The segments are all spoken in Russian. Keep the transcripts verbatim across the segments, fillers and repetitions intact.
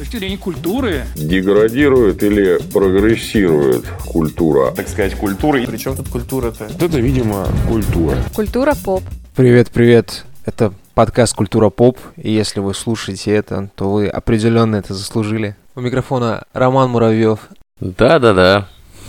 точки зрения культуры. Деградирует или прогрессирует культура? Так сказать, культура. При чем тут культура-то? Это, видимо, культура. Культура поп. Привет, привет. Это подкаст «Культура поп», и если вы слушаете это, то вы определенно это заслужили. У микрофона Роман Муравьев. Да-да-да.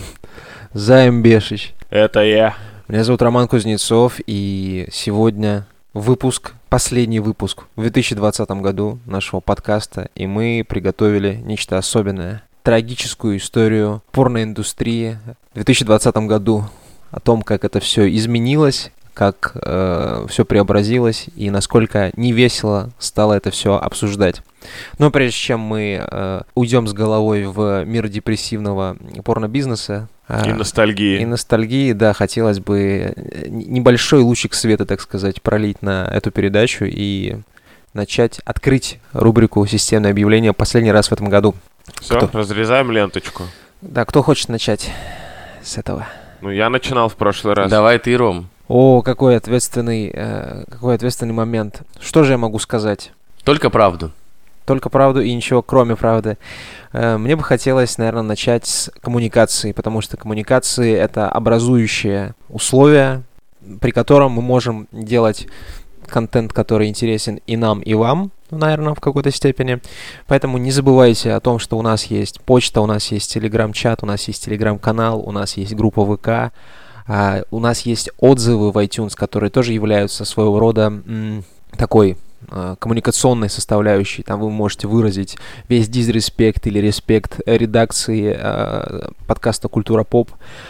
Заем Бешич. Это я. Меня зовут Роман Кузнецов, и сегодня выпуск, последний выпуск в две тысячи двадцатом году нашего подкаста, и мы приготовили нечто особенное. Трагическую историю порноиндустрии в две тысячи двадцатом году, о том, как это все изменилось, как э, все преобразилось и насколько невесело стало это все обсуждать. Но прежде чем мы э, уйдем с головой в мир депрессивного порнобизнеса э, и ностальгии. И ностальгии, да, хотелось бы небольшой лучик света, так сказать, пролить на эту передачу и начать открыть рубрику «Системное объявление» последний раз в этом году. Все, кто? Разрезаем ленточку. Да, кто хочет начать с этого? Ну, я начинал в прошлый раз. Давай ты, Ром. О, какой ответственный, э, какой ответственный момент. Что же я могу сказать? Только правду. Только правду и ничего кроме правды. Э, мне бы хотелось, наверное, начать с коммуникации, потому что коммуникации — это образующее условие, при котором мы можем делать контент, который интересен и нам, и вам, наверное, в какой-то степени. Поэтому не забывайте о том, что у нас есть почта, у нас есть телеграм-чат, у нас есть телеграм-канал, у нас есть группа ВК, Uh, у нас есть отзывы в iTunes, которые тоже являются своего рода м, такой uh, коммуникационной составляющей. Там вы можете выразить весь дизреспект или респект редакции uh, подкаста «Культура поп».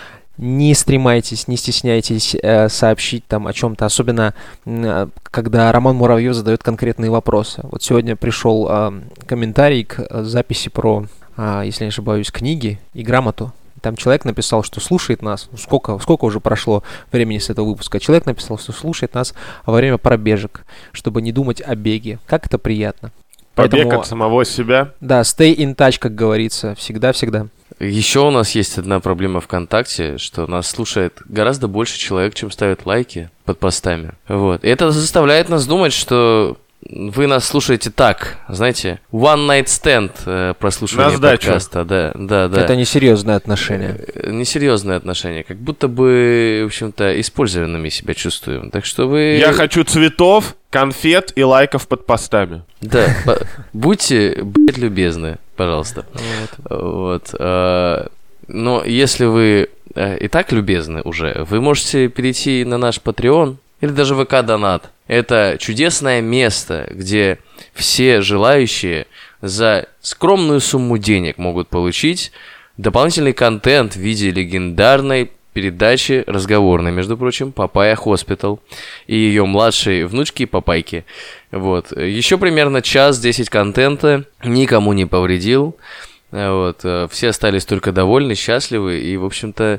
Не стремайтесь, не стесняйтесь uh, сообщить там о чем-то, особенно uh, когда Роман Муравьев задает конкретные вопросы. Вот сегодня пришел uh, комментарий к uh, записи про, uh, если не ошибаюсь, книги и грамоту. Там человек написал, что слушает нас. Сколько, сколько уже прошло времени с этого выпуска? Человек написал, что слушает нас во время пробежек, чтобы не думать о беге. Как это приятно. Побег Поэтому, от самого себя. Да, stay in touch, как говорится. Всегда-всегда. Еще у нас есть одна проблема ВКонтакте, что нас слушает гораздо больше человек, чем ставят лайки под постами. Вот. И это заставляет нас думать, что вы нас слушаете так, знаете, one night stand э, прослушивание подкаста, да, да, да. Это несерьезное отношение. Э, несерьезное отношение, как будто бы, в общем-то, использованными себя чувствуем. Так что вы... Я хочу цветов, конфет и лайков под постами. Да, будьте, блядь, любезны, пожалуйста. Вот. Но если вы и так любезны уже, вы можете перейти на наш Patreon или даже ВК-донат. Это чудесное место, где все желающие за скромную сумму денег могут получить дополнительный контент в виде легендарной передачи разговорной, между прочим, Папайя Хоспитал и ее младшей внучки Папайки. Вот. Еще примерно час-десять контента, никому не повредил. Вот. Все остались только довольны, счастливы и, в общем-то,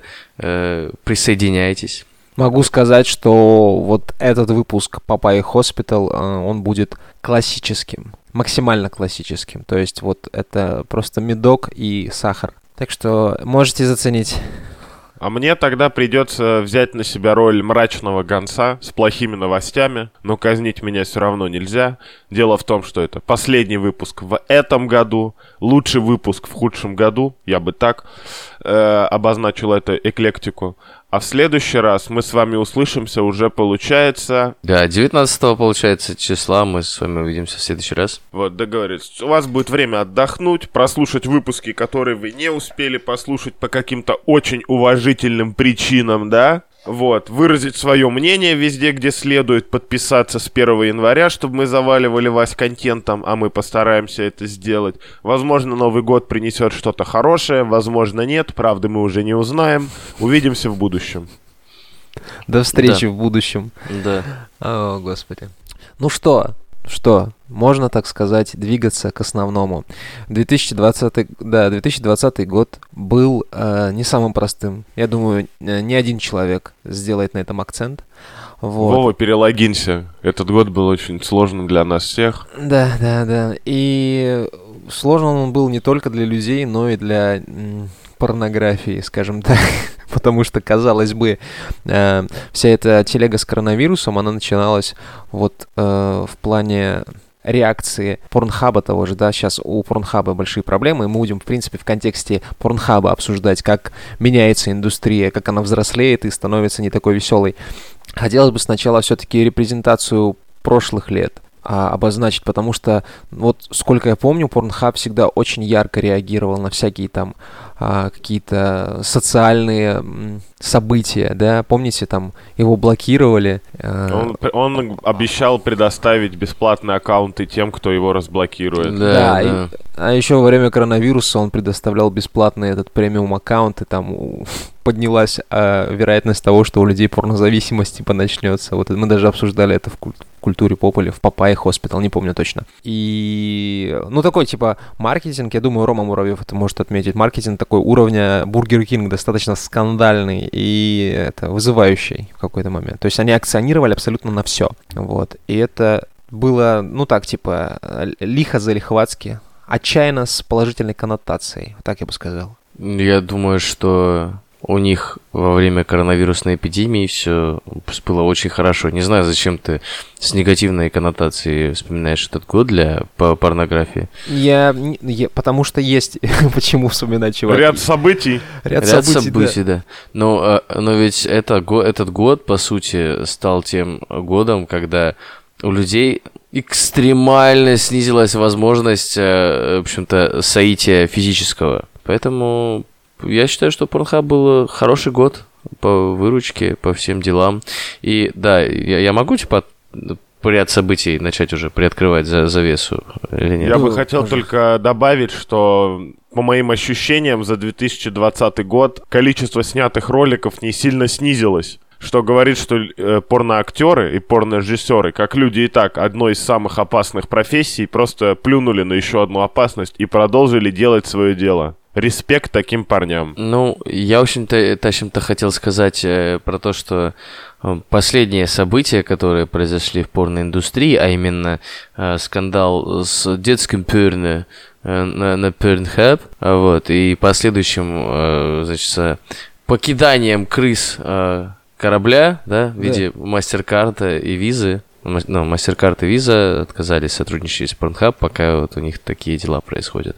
присоединяйтесь. Могу сказать, что вот этот выпуск Папайя Хоспитал, он будет классическим, максимально классическим. То есть вот это просто медок и сахар. Так что можете заценить. А мне тогда придется взять на себя роль мрачного гонца с плохими новостями, но казнить меня все равно нельзя. Дело в том, что это последний выпуск в этом году, лучший выпуск в худшем году, я бы так э, обозначил эту эклектику. А в следующий раз мы с вами услышимся уже, получается... Да, девятнадцатого, получается, числа мы с вами увидимся в следующий раз. Вот, договорились. У вас будет время отдохнуть, прослушать выпуски, которые вы не успели послушать по каким-то очень уважительным причинам, да? Вот, выразить свое мнение везде, где следует, подписаться с первого января, чтобы мы заваливали вас контентом, а мы постараемся это сделать. Возможно, Новый год принесет что-то хорошее, возможно, нет, правда, мы уже не узнаем. Увидимся в будущем. До встречи да. в будущем. Да. О, Господи. Ну что, что, можно, так сказать, двигаться к основному. две тысячи двадцатый, да, две тысячи двадцатый год был э, не самым простым. Я думаю, ни один человек сделает на этом акцент. Вот. Вова, перелогинься. Этот год был очень сложным для нас всех. Да, да, да. И сложным он был не только для людей, но и для м, порнографии, скажем так. Потому что, казалось бы, э, вся эта телега с коронавирусом, она начиналась вот э, в плане реакции Порнхаба того же, да, сейчас у Порнхаба большие проблемы, и мы будем, в принципе, в контексте Порнхаба обсуждать, как меняется индустрия, как она взрослеет и становится не такой веселой. Хотелось бы сначала все-таки репрезентацию прошлых лет а, обозначить, потому что вот сколько я помню, Pornhub всегда очень ярко реагировал на всякие там а, какие-то социальные м, события, да, помните, там его блокировали. А... Он, он обещал предоставить бесплатные аккаунты тем, кто его разблокирует. Да, Да, да. И, а еще во время коронавируса он предоставлял бесплатный этот премиум аккаунт, и там у, поднялась а, вероятность того, что у людей порнозависимость типа начнется. Вот мы даже обсуждали это в, куль- в культуре поп или в Папайе Хоспитал, не помню точно. И, ну, такой типа маркетинг, я думаю, Рома Муравьев это может отметить, маркетинг такой уровня Бургер Кинг, достаточно скандальный и это вызывающий в какой-то момент. То есть они акционировали абсолютно на все. Вот. И это было, ну так, типа, лихо залихватски, отчаянно с положительной коннотацией, так я бы сказал. Я думаю, что у них во время коронавирусной эпидемии все было очень хорошо. Не знаю, зачем ты с негативной коннотацией вспоминаешь этот год для по порнографии. Я, я потому что есть почему вспоминать, чувак. Ряд событий. Ряд, Ряд событий, событий, да. да. Но, но ведь это, этот год, по сути, стал тем годом, когда у людей экстремально снизилась возможность, в общем-то, соития физического. Поэтому я считаю, что Pornhub был хороший год по выручке, по всем делам. И да, я, я могу, типа, по ряд событий начать уже приоткрывать за, завесу или нет? Я Ну, бы хотел пожалуйста. только добавить, что по моим ощущениям за две тысячи двадцатый год количество снятых роликов не сильно снизилось. Что говорит, что э, порноактеры и порнорежиссеры, как люди и так, одной из самых опасных профессий, просто плюнули на еще одну опасность и продолжили делать свое дело. Респект таким парням. Ну, я, в общем-то, в общем-то хотел сказать э, про то, что э, последние события, которые произошли в порноиндустрии, а именно э, скандал с детским порно э, на, на Pornhub, а вот, и последующим, э, значит, с покиданием крыс э, корабля, да, в виде да. MasterCard и Visa. Ну, MasterCard и Visa отказались сотрудничать с Pornhub, пока вот у них такие дела происходят.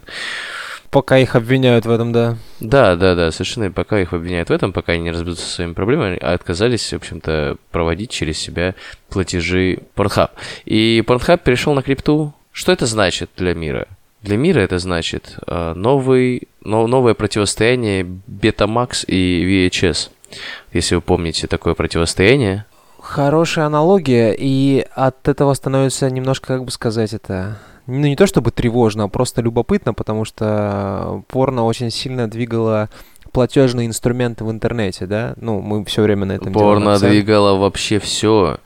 Пока их обвиняют в этом, да. Да, да, да, совершенно. Пока их обвиняют в этом, пока они не разберутся со своими проблемами, а отказались, в общем-то, проводить через себя платежи Pornhub. И Pornhub перешел на крипту. Что это значит для мира? Для мира это значит э, новый, но, новое противостояние Betamax и ви эйч эс. Если вы помните такое противостояние. Хорошая аналогия, и от этого становится немножко, как бы сказать это... Ну, не то чтобы тревожно, а просто любопытно, потому что порно очень сильно двигало платежные инструменты в интернете, да? Ну, мы все время на этом делаем. Порно двигало вообще все.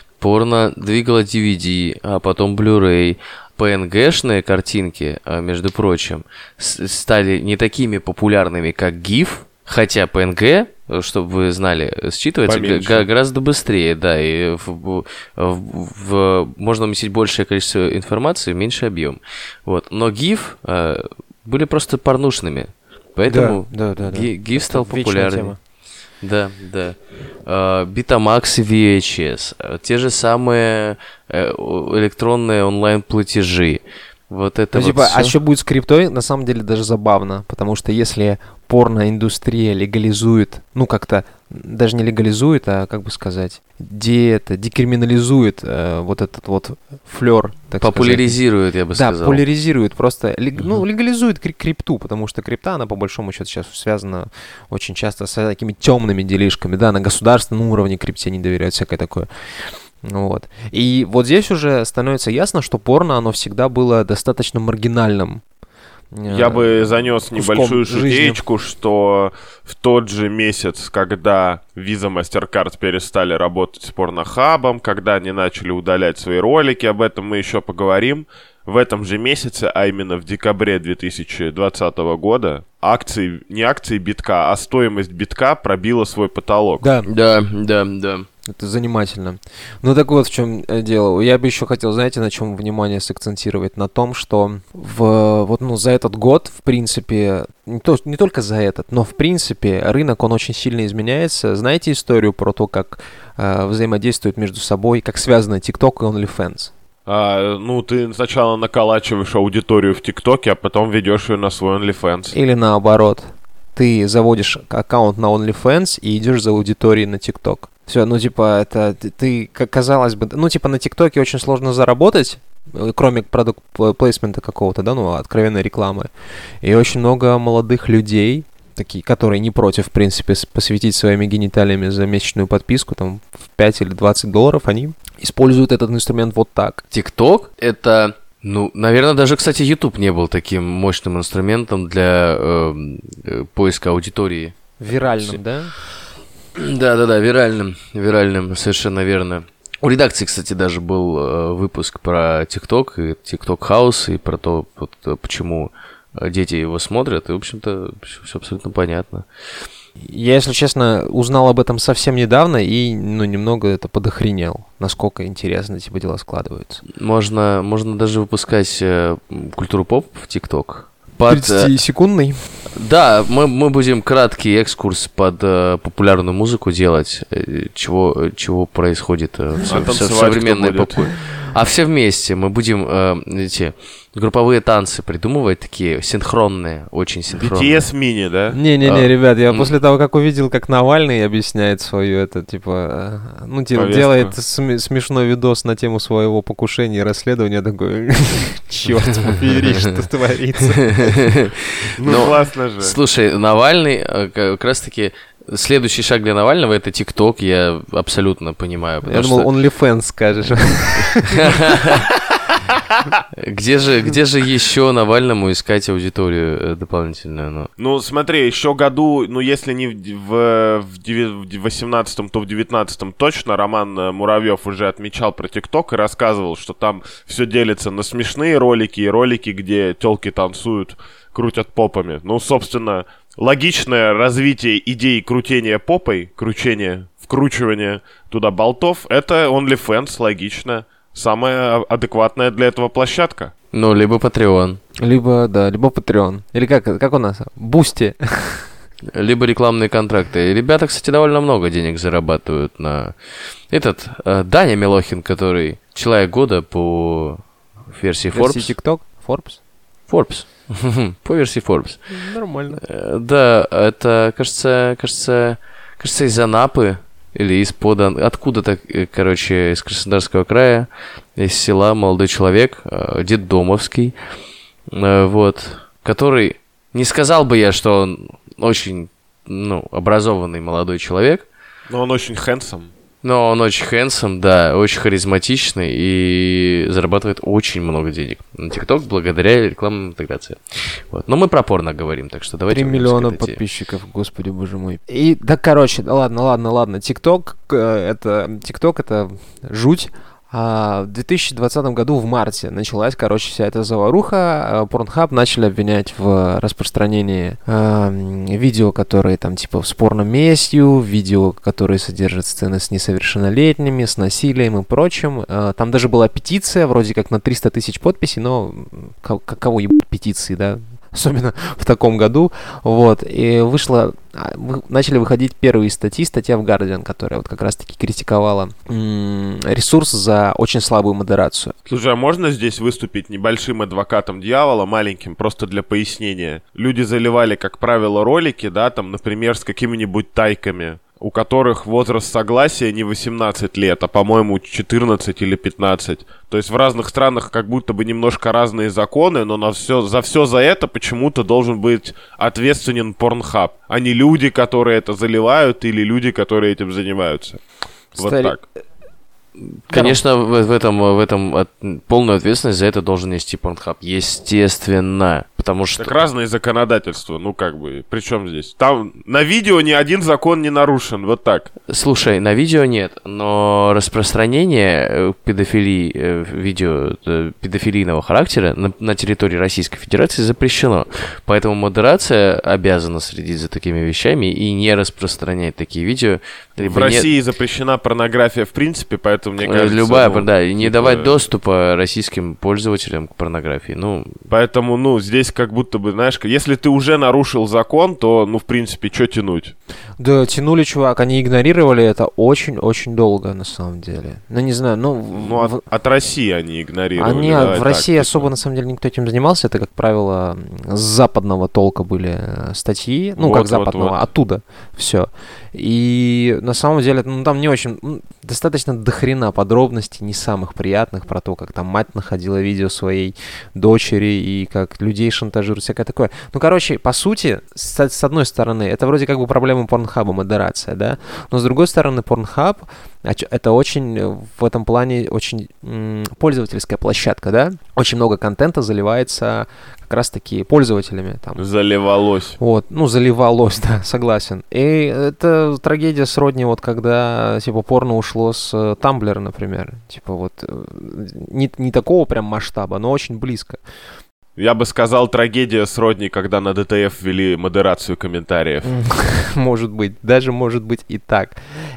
Порно двигало ди ви ди, а потом Blu-ray. пи эн джи-шные картинки, между прочим, стали не такими популярными, как гиф, хотя пи эн джи, чтобы вы знали, считывается г- гораздо быстрее, да, и в, в, в, можно уместить большее количество информации, меньше объем. Вот. Но гиф э, были просто порнушными, поэтому да, да, да, ги- да. гиф стал популярным. Да, да. Uh, Betamax и ви эйч эс, те же самые э, электронные онлайн-платежи. Вот это ну, вот типа, всё. а что будет с криптой, на самом деле даже забавно, потому что если порноиндустрия легализует, ну как-то даже не легализует, а как бы сказать, де это декриминализует э, вот этот вот флёр, так популяризирует, сказать. я бы да, сказал. Да, популяризирует просто, лег, uh-huh. ну легализует кри- крипту, потому что крипта, она по большому счету сейчас связана очень часто с такими темными делишками, да, на государственном уровне крипте не доверяют, всякое такое. Вот. И вот здесь уже становится ясно, что порно, оно всегда было достаточно маргинальным. Я бы занес небольшую шутеечку, что в тот же месяц, когда Visa, MasterCard перестали работать с Порнохабом, когда они начали удалять свои ролики, об этом мы еще поговорим, в этом же месяце, а именно в декабре две тысячи двадцатого года, акции, не акции битка, а стоимость битка пробила свой потолок. Да, да, да, да. Это занимательно. Ну так вот в чем дело. Я бы еще хотел, знаете, на чем внимание сакцентировать? На том, что в, вот, ну, за этот год, в принципе, не, то, не только за этот, но в принципе рынок, он очень сильно изменяется. Знаете историю про то, как э, взаимодействуют между собой, как связаны TikTok и OnlyFans? А, ну, ты сначала наколачиваешь аудиторию в ТикТоке, а потом ведешь ее на свой OnlyFans. Или наоборот. Ты заводишь аккаунт на OnlyFans и идешь за аудиторией на ТикТок. Все, ну, типа, это ты, как казалось бы, ну, типа, на ТикТоке очень сложно заработать, кроме продукт-плейсмента какого-то, да, ну, откровенной рекламы. И очень много молодых людей, такие, которые не против, в принципе, посвятить своими гениталиями за месячную подписку, там, в пять или двадцать долларов, они используют этот инструмент вот так. ТикТок — это, ну, наверное, даже, кстати, YouTube не был таким мощным инструментом для э, поиска аудитории. Виральным, да? Да-да-да, виральным, виральным, совершенно верно. У редакции, кстати, даже был э, выпуск про ТикТок и ТикТок Хаус, и про то, вот, почему дети его смотрят, и, в общем-то, все абсолютно понятно. Я, если честно, узнал об этом совсем недавно и, ну, немного это подохренел, насколько интересно типа дела складываются. Можно, можно даже выпускать э, культуру поп в ТикТок. тридцатисекундный? Да, мы, мы будем краткий экскурс под э, популярную музыку делать, э, чего, чего происходит э, в, а в, в современной попу. А все вместе мы будем э, эти групповые танцы придумывать, такие синхронные, очень синхронные. би ти эс мини, да? Не-не-не, а, ребят, я м- после того, как увидел, как Навальный объясняет свою, это, типа, ну, типа, делает см- смешной видос на тему своего покушения и расследования, я такой, черт побери, что творится. Ну, классно же. Слушай, Навальный, как раз-таки, следующий шаг для Навального — это ТикТок, я абсолютно понимаю. Я думал, OnlyFans скажешь. Где же, где же еще Навальному искать аудиторию дополнительную? Ну, ну смотри, еще году, ну, если не в, в восемнадцатом, то в девятнадцатом точно Роман Муравьев уже отмечал про ТикТок и рассказывал, что там все делится на смешные ролики и ролики, где телки танцуют, крутят попами. Ну, собственно, логичное развитие идеи крутения попой, кручения, вкручивания туда болтов, это OnlyFans, логично. Самая адекватная для этого площадка. Ну, либо Patreon. Либо, да, либо Patreon. Или как, как у нас? Бусти. Либо рекламные контракты. И ребята, кстати, довольно много денег зарабатывают на... Этот, э, Даня Милохин, который человек года по версии Forbes. Версии TikTok? Forbes? Forbes. По версии Forbes. Нормально. Э, да, это, кажется, кажется, кажется, из Анапы. Или из-под... Откуда-то, короче, из Краснодарского края, из села молодой человек, детдомовский, вот, который... Не сказал бы я, что он очень, ну, образованный молодой человек. Но он очень handsome. Но он очень handsome, да, очень харизматичный и зарабатывает очень много денег на ТикТок благодаря рекламной интеграции. Вот. Но мы про порно говорим, так что давайте... три миллиона подписчиков, господи боже мой. И, да, короче, да ладно, ладно, ладно. ТикТок, это... ТикТок это жуть. А в две тысячи двадцатом году в марте началась, короче, вся эта заваруха. Pornhub начали обвинять в распространении э, видео, которые там типа в спорном местью, видео, которые содержат сцены с несовершеннолетними, с насилием и прочим. Э, там даже была петиция, вроде как на триста тысяч подписей, но каково ебать петиции, да? Особенно в таком году, вот, и вышло, начали выходить первые статьи, статья в Guardian, которая вот как раз-таки критиковала м- ресурс за очень слабую модерацию. Слушай, а можно здесь выступить небольшим адвокатом дьявола, маленьким, просто для пояснения? Люди заливали, как правило, ролики, да, там, например, с какими-нибудь тайками, у которых возраст согласия не восемнадцать лет, а, по-моему, четырнадцать или пятнадцать. То есть в разных странах как будто бы немножко разные законы, но на все, за все за это почему-то должен быть ответственен Pornhub, а не люди, которые это заливают, или люди, которые этим занимаются. Вот Старик... так. Конечно, в, в этом, в этом от, полную ответственность за это должен нести Pornhub. Естественно. Потому что... Так разные законодательства, ну как бы, при чем здесь? Там на видео ни один закон не нарушен, вот так. Слушай, на видео нет, но распространение педофилии, видео педофилийного характера на, на территории Российской Федерации запрещено. Поэтому модерация обязана следить за такими вещами и не распространять такие видео. В России не... запрещена порнография в принципе, поэтому мне кажется... Любая, ну, да, и не типа... давать доступа российским пользователям к порнографии, ну... Поэтому, ну, здесь здесь как будто бы, знаешь, если ты уже нарушил закон, то, ну, в принципе, что тянуть? Да, тянули, чувак, они игнорировали это очень-очень долго, на самом деле. Ну, не знаю, ну... Ну, от, в... от России они игнорировали. Они, давай в так, России типа. особо, на самом деле, никто этим занимался. Это, как правило, с западного толка были статьи. Ну, Вот, как вот, западного, вот. оттуда все. И на самом деле, ну, там не очень... Ну, достаточно дохрена подробностей, не самых приятных, про то, как там мать находила видео своей дочери и как людей шантажируют, всякое такое. Ну, короче, по сути, с, с одной стороны, это вроде как бы проблема Порнхаба, модерация, да? Но с другой стороны, Порнхаб это очень, в этом плане, очень м, пользовательская площадка, да? Очень много контента заливается как раз-таки пользователями. Там. Заливалось. Вот, ну, заливалось, да, согласен. И это трагедия сродни, вот, когда, типа, порно ушло с Тамблера, например. Типа, вот, не, не такого прям масштаба, но очень близко. Я бы сказал, трагедия сродни, когда на ди ти эф ввели модерацию комментариев. Может быть, даже может быть и так.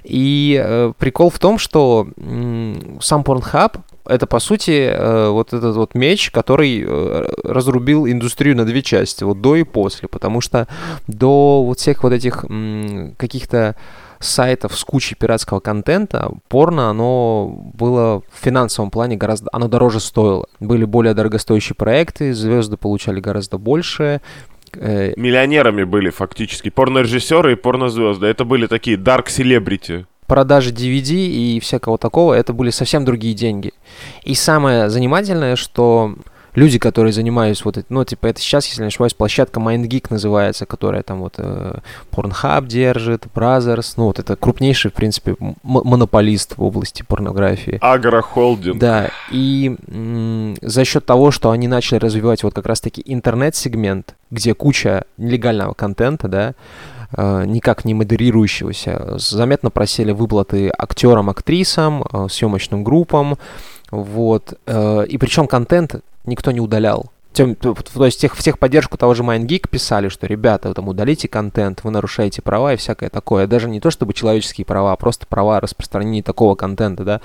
И э, прикол в том, что м, сам Pornhub — это, по сути, э, вот этот вот меч, который э, разрубил индустрию на две части, вот до и после, потому что до вот всех вот этих м, каких-то сайтов с кучей пиратского контента, порно, оно было в финансовом плане гораздо, оно дороже стоило. Были более дорогостоящие проекты, звезды получали гораздо больше. Миллионерами были фактически порнорежиссеры и порнозвезды. Это были такие dark celebrity. Продажи ди ви ди и всякого такого, это были совсем другие деньги. И самое занимательное, что люди, которые занимаются вот, ну, типа, это сейчас, если не ошибаюсь, площадка MindGeek называется, которая там вот э, Pornhub держит, Brothers, ну, вот это крупнейший, в принципе, м- монополист в области порнографии. Агрохолдинг. Да, и м- за счет того, что они начали развивать вот как раз-таки интернет-сегмент, где куча нелегального контента, да, э, никак не модерирующегося, заметно просели выплаты актерам, актрисам, э, съемочным группам, вот, э, и причем контент никто не удалял. Тем, то, то есть тех, в техподдержку того же MindGeek писали, что ребята, вы там удалите контент, вы нарушаете права и всякое такое. Даже не то чтобы человеческие права, а просто права распространения такого контента, да.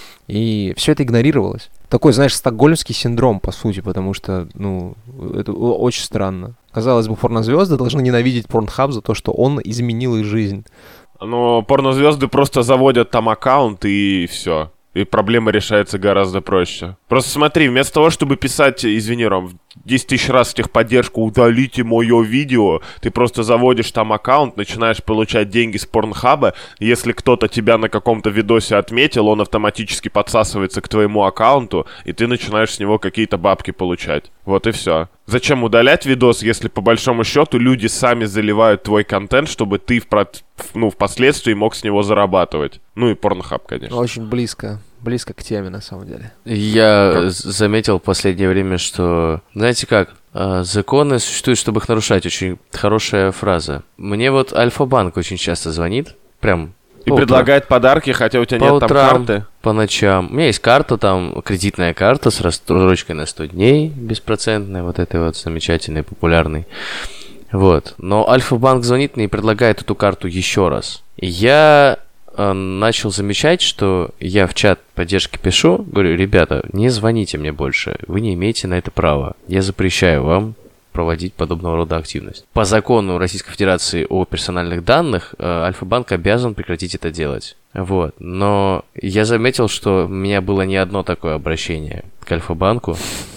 И все это игнорировалось. Такой, знаешь, стокгольмский синдром, по сути, потому что, ну, это очень странно. Казалось бы, порнозвезды должны ненавидеть Pornhub за то, что он изменил их жизнь. Но порнозвезды просто заводят там аккаунт и все. И проблема решается гораздо проще. Просто смотри, вместо того, чтобы писать, извини, Ром, десять тысяч раз в техподдержку «удалите мое видео», ты просто заводишь там аккаунт, начинаешь получать деньги с Порнхаба. Если кто-то тебя на каком-то видосе отметил, он автоматически подсасывается к твоему аккаунту, и ты начинаешь с него какие-то бабки получать. Вот и все. Зачем удалять видос, если по большому счету люди сами заливают твой контент, чтобы ты в, ну, впоследствии мог с него зарабатывать? Ну и Порнхаб, конечно. Очень близко. Близко к теме, на самом деле. Я как? заметил в последнее время, что, знаете как, законы существуют, чтобы их нарушать. Очень хорошая фраза. Мне вот Альфа-банк очень часто звонит, прям... И предлагает подарки, хотя у тебя по нет утрам, там карты. По ночам. У меня есть карта там, кредитная карта с рассрочкой на сто дней, беспроцентная, вот этой вот замечательной, популярной. Вот. Но Альфа-банк звонит мне и предлагает эту карту еще раз. И я э, начал замечать, что я в чат поддержки пишу, говорю, ребята, не звоните мне больше, вы не имеете на это права. Я запрещаю вам проводить подобного рода активность. По закону Российской Федерации о персональных данных Альфа-банк обязан прекратить это делать. Вот. Но я заметил, что у меня было не одно такое обращение к Альфа-банку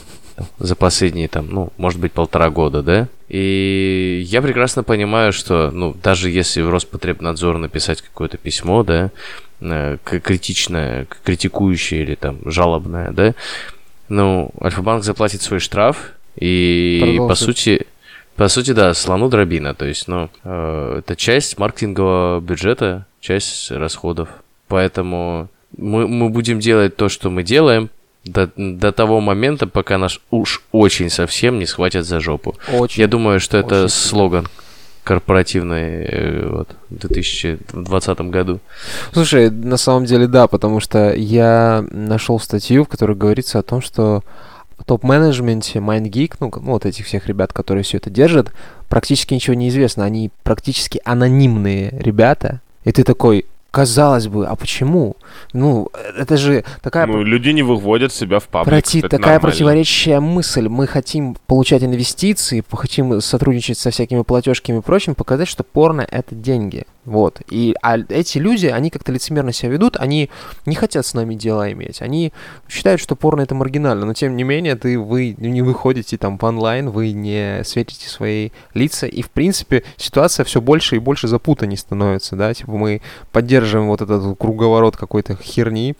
за последние, там, ну, может быть, полтора года, да? И я прекрасно понимаю, что, ну, даже если в Роспотребнадзор написать какое-то письмо, да, критичное, критикующее или там жалобное, да, ну, Альфа-банк заплатит свой штраф, и Продолжит. по сути, по сути, да, слону дробина. То есть, ну, э, это часть маркетингового бюджета, часть расходов. Поэтому мы, мы будем делать то, что мы делаем, до, до того момента, пока нас уж очень совсем не схватят за жопу. Очень. Я думаю, что это очень слоган корпоративный э, вот, в две тысячи двадцатом году. Слушай, на самом деле, да, потому что я нашел статью, в которой говорится о том, что в топ-менеджменте MindGeek, ну, ну, вот этих всех ребят, которые все это держат, практически ничего не известно. Они практически анонимные ребята. И ты такой, казалось бы, а почему? Ну, это же такая... Ну, люди не выводят себя в паблик. Проти... Это такая нормально. противоречащая мысль. Мы хотим получать инвестиции, хотим сотрудничать со всякими платежками и прочим, показать, что порно — это деньги. Вот. И, а эти люди, они как-то лицемерно себя ведут, они не хотят с нами дела иметь. Они считают, что порно — это маргинально, но тем не менее ты, вы не выходите там в онлайн, вы не светите свои лица, и в принципе ситуация все больше и больше запутанней становится, да, типа мы поддерживаем вот этот круговорот какой-то херни,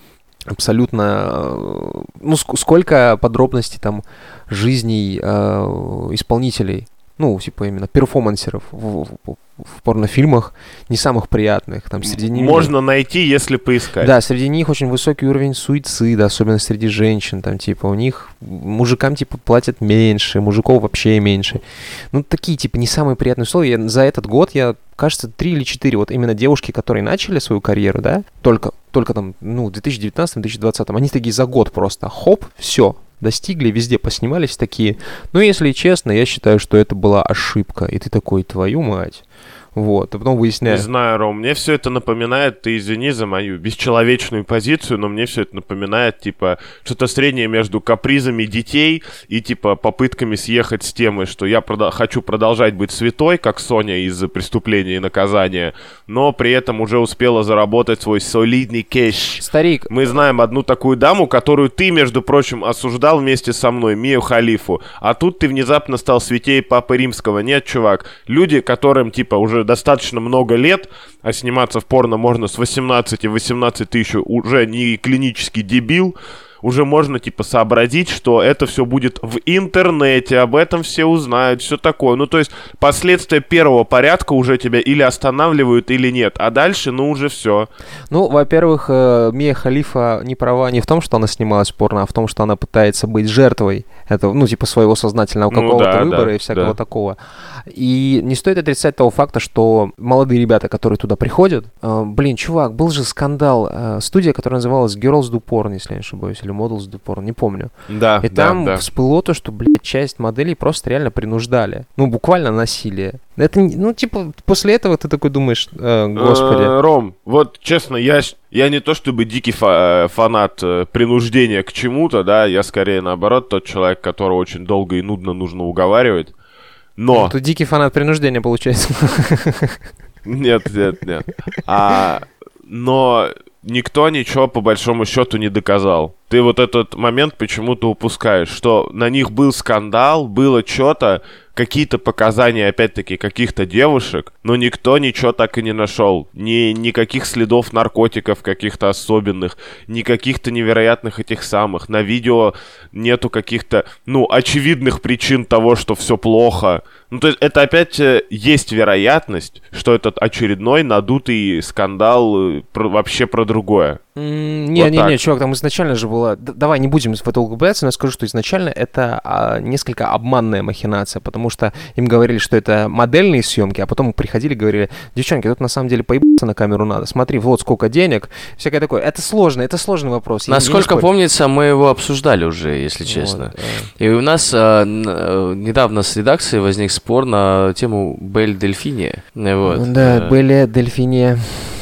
абсолютно, ну, ск- сколько подробностей там жизней э, исполнителей, ну, типа именно перформансеров в, в, в порнофильмах, не самых приятных. Там среди них... Можно найти, если поискать. Да, среди них очень высокий уровень суицида, особенно среди женщин. Там, типа, у них мужикам, типа, платят меньше, мужиков вообще меньше. Ну, такие, типа, не самые приятные условия. Я, за этот год я, кажется, три или четыре вот именно девушки, которые начали свою карьеру, да, только, только там, ну, в две тысячи девятнадцатом — две тысячи двадцатом, они такие за год просто, хоп, все, достигли, везде поснимались такие. Но если честно, я считаю, что это была ошибка. И ты такой, твою мать. Вот, а потом выясняешь. Не знаю, Ром, мне все это напоминает, ты извини за мою бесчеловечную позицию, но мне все это напоминает, типа, что-то среднее между капризами детей и, типа, попытками съехать с темы, что я прода- хочу продолжать быть святой, как Соня из «Преступления и наказания», но при этом уже успела заработать свой солидный кэш. Старик. Мы знаем одну такую даму, которую ты, между прочим, осуждал вместе со мной, Мию Халифу, а тут ты внезапно стал святей Папы Римского. Нет, чувак, люди, которым, типа, уже достаточно много лет, а сниматься в порно можно с восемнадцати, восемнадцать ты еще уже не клинический дебил, уже можно, типа, сообразить, что это все будет в интернете, об этом все узнают, все такое. Ну, то есть, последствия первого порядка уже тебя или останавливают, или нет. А дальше, ну, уже все. Ну, во-первых, Мия Халифа не права не в том, что она снималась в порно, а в том, что она пытается быть жертвой этого, ну, типа, своего сознательного какого-то ну, да, выбора да, и всякого да. такого. И не стоит отрицать того факта, что молодые ребята, которые туда приходят, э, блин, чувак, был же скандал, э, студия, которая называлась Girls Do Porn, если я не ошибаюсь, или Models Do Porn, не помню. Да, И да, там да. всплыло то, что, блядь, часть моделей просто реально принуждали. Ну, буквально насилие. Это, не- ну, типа, после этого ты такой думаешь, э, господи. Э, Ром, вот честно, я, щ- я не то чтобы дикий фа- э, фанат э, принуждения к чему-то, да, я скорее наоборот тот человек, которого очень долго и нудно нужно уговаривать. Но... Тут дикий фанат принуждения получается. Нет, нет, нет. А, но никто ничего по большому счету не доказал. Ты вот этот момент почему-то упускаешь, что на них был скандал, было что-то, какие-то показания, опять-таки, каких-то девушек, но никто ничего так и не нашел. Ни, никаких следов наркотиков каких-то особенных, ни каких-то невероятных этих самых. На видео нету каких-то, ну, очевидных причин того, что все плохо. Ну, то есть это опять э, есть вероятность, что этот очередной надутый скандал э, про- вообще про другое. Не-не-не, так. чувак, там изначально же было... Д- Давай не будем в это углубляться, но я скажу, что изначально это а, несколько обманная махинация, потому что им говорили, что это модельные съемки, а потом приходили и говорили, девчонки, тут на самом деле поебаться на камеру надо, смотри, вот сколько денег, всякое такое. Это сложно, это сложный вопрос. я- я не Насколько спорю. помнится, мы его обсуждали уже, если честно. Вот, И у нас а, н- э, недавно с редакцией возник спор на тему Бель Дельфини. Вот, Да, э, были дельфини.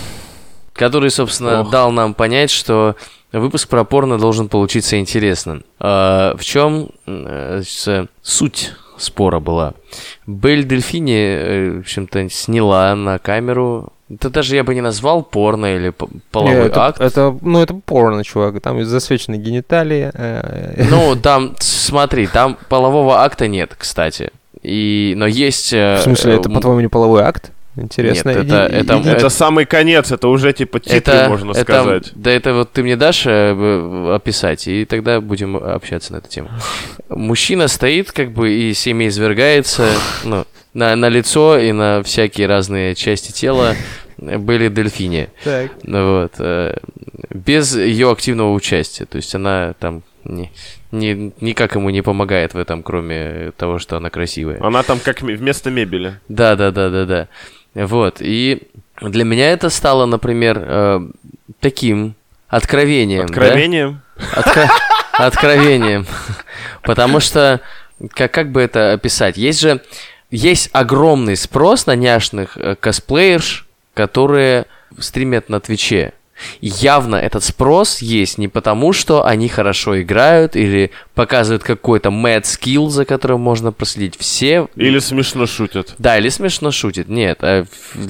который, собственно, Ох. дал нам понять, что выпуск про порно должен получиться интересным. А, в чем э, с- суть спора была? Бель Дельфини, э, в общем-то, сняла на камеру. Это даже я бы не назвал порно или п- половой Не, это, акт. это, ну, это порно, чувак, там засвечены гениталии. э, Ну, там, смотри, там полового акта нет, кстати. И, но есть... э, В смысле, это, м, по-твоему, не половой акт? Интересно. Нет, это- И- и- это- и- Это самый конец, это уже типа титры, это, можно это- сказать. Да это вот ты мне дашь э, б- описать, и тогда будем общаться на эту тему. Мужчина стоит, как бы, и семя извергается, ну, на, на лицо и на всякие разные части тела были дельфини. Так. Ну вот. э, Без ее активного участия. То есть она там ни- ни- никак ему не помогает в этом, кроме того, что она красивая. Она там как ме- вместо мебели. Да, да, да, да, да. Вот. И для меня это стало, например, э, таким откровением. да? Откровением. Откро- Откровением. Потому что, как, как бы это описать? Есть же есть огромный спрос на няшных э, косплеерш, которые стримят на Твиче. Явно этот спрос есть не потому, что они хорошо играют или показывают какой-то mad skill, за которым можно проследить. Все... Или смешно шутят. Да, или смешно шутят. Нет, а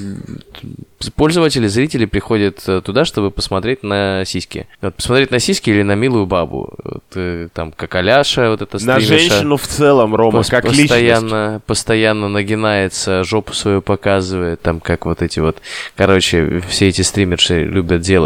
пользователи, зрители приходят туда, чтобы посмотреть на сиськи. Вот, посмотреть на сиськи или на милую бабу. Вот, там, как Аляша, вот эта стримерша. На женщину в целом, Рома, Пос- как постоянно, личность. Постоянно нагинается, жопу свою показывает, там, как вот эти вот... Короче, все эти стримерши любят делать.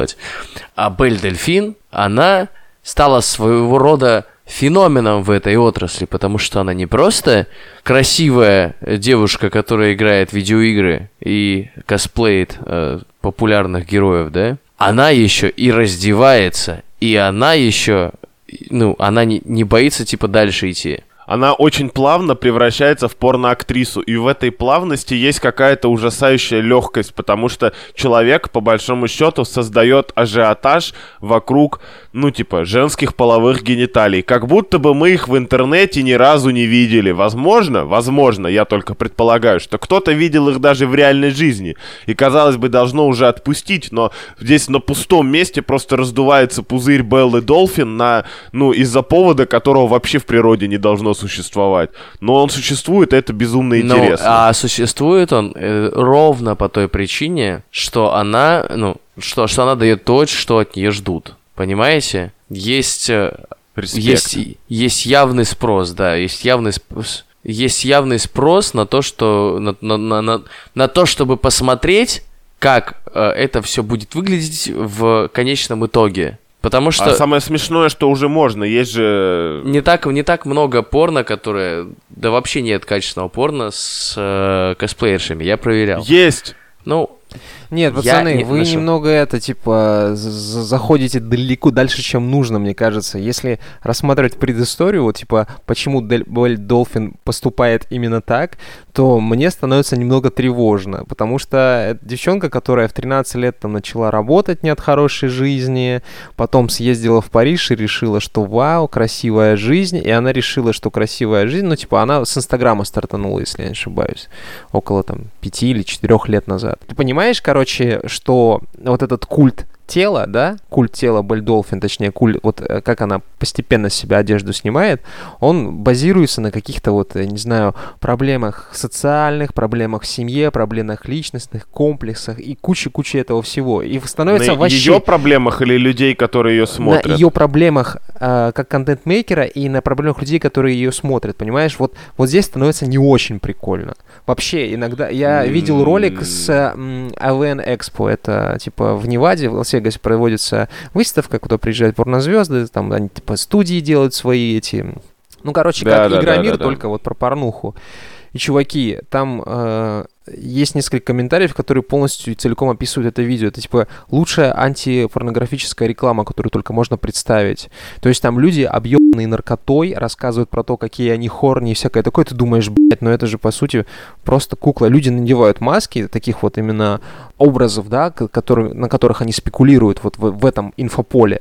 А Белль Дельфин, она стала своего рода феноменом в этой отрасли, потому что она не просто красивая девушка, которая играет в видеоигры и косплеит э, популярных героев, да? Она еще и раздевается, и она еще, ну, она не, не боится, типа, дальше идти. Она очень плавно превращается в порноактрису, и в этой плавности есть какая-то ужасающая легкость, потому что человек, по большому счету, создает ажиотаж вокруг, ну, типа, женских половых гениталий, как будто бы мы их в интернете ни разу не видели. Возможно, возможно, я только предполагаю, что кто-то видел их даже в реальной жизни, и, казалось бы, должно уже отпустить, но здесь на пустом месте просто раздувается пузырь Беллы Долфин на, ну, из-за повода, которого вообще в природе не должно существовать. Но он существует, и это безумно интересно. Ну, а существует он э, ровно по той причине, что она, ну, что, что она дает то, что от нее ждут. Понимаете? Есть, э, есть, есть явный спрос, да, есть явный спрос. Есть явный спрос на то, что на, на, на, на, на то, чтобы посмотреть, как э, это все будет выглядеть в конечном итоге. Потому что... А самое смешное, что уже можно, есть же... Не так, не так много порно, которое... Да вообще нет качественного порно с э, косплеершами, я проверял. Есть! Ну... Нет, пацаны, не вы нашел. немного это, типа, з- заходите далеко дальше, чем нужно, мне кажется. Если рассматривать предысторию, вот, типа, почему Белль Долфин поступает именно так, то мне становится немного тревожно, потому что это девчонка, которая в тринадцать лет там начала работать не от хорошей жизни, потом съездила в Париж и решила, что вау, красивая жизнь, и она решила, что красивая жизнь, ну, типа, она с Инстаграма стартанула, если я не ошибаюсь, около там пяти или четырех лет назад. Ты понимаешь, короче, что вот этот культ тела, да, культ тела Белль Долфин, точнее, культ, вот как она постепенно с себя одежду снимает, он базируется на каких-то вот, я не знаю, проблемах социальных, проблемах в семье, проблемах личностных, комплексах и куча-куча этого всего. И становится на вообще... ее проблемах или людей, которые ее смотрят? На ее проблемах э, как контент-мейкера и на проблемах людей, которые ее смотрят, понимаешь? Вот, вот здесь становится не очень прикольно. Вообще, иногда... Я видел ролик с м, эй ви эн Expo, это типа в Неваде, в Лас-Вегасе проводится выставка, куда приезжают порнозвезды, там они типа студии делают свои эти... Ну, короче, да, как да, Игромир, да, да, только да. вот про порнуху. И, чуваки, там э, есть несколько комментариев, которые полностью и целиком описывают это видео. Это, типа, лучшая антипорнографическая реклама, которую только можно представить. То есть там люди, объебанные наркотой, рассказывают про то, какие они хорни и всякое такое. Ты думаешь, блядь, ну это же, по сути, просто кукла. Люди надевают маски, таких вот именно образов, да, которые, на которых они спекулируют вот в, в этом инфополе.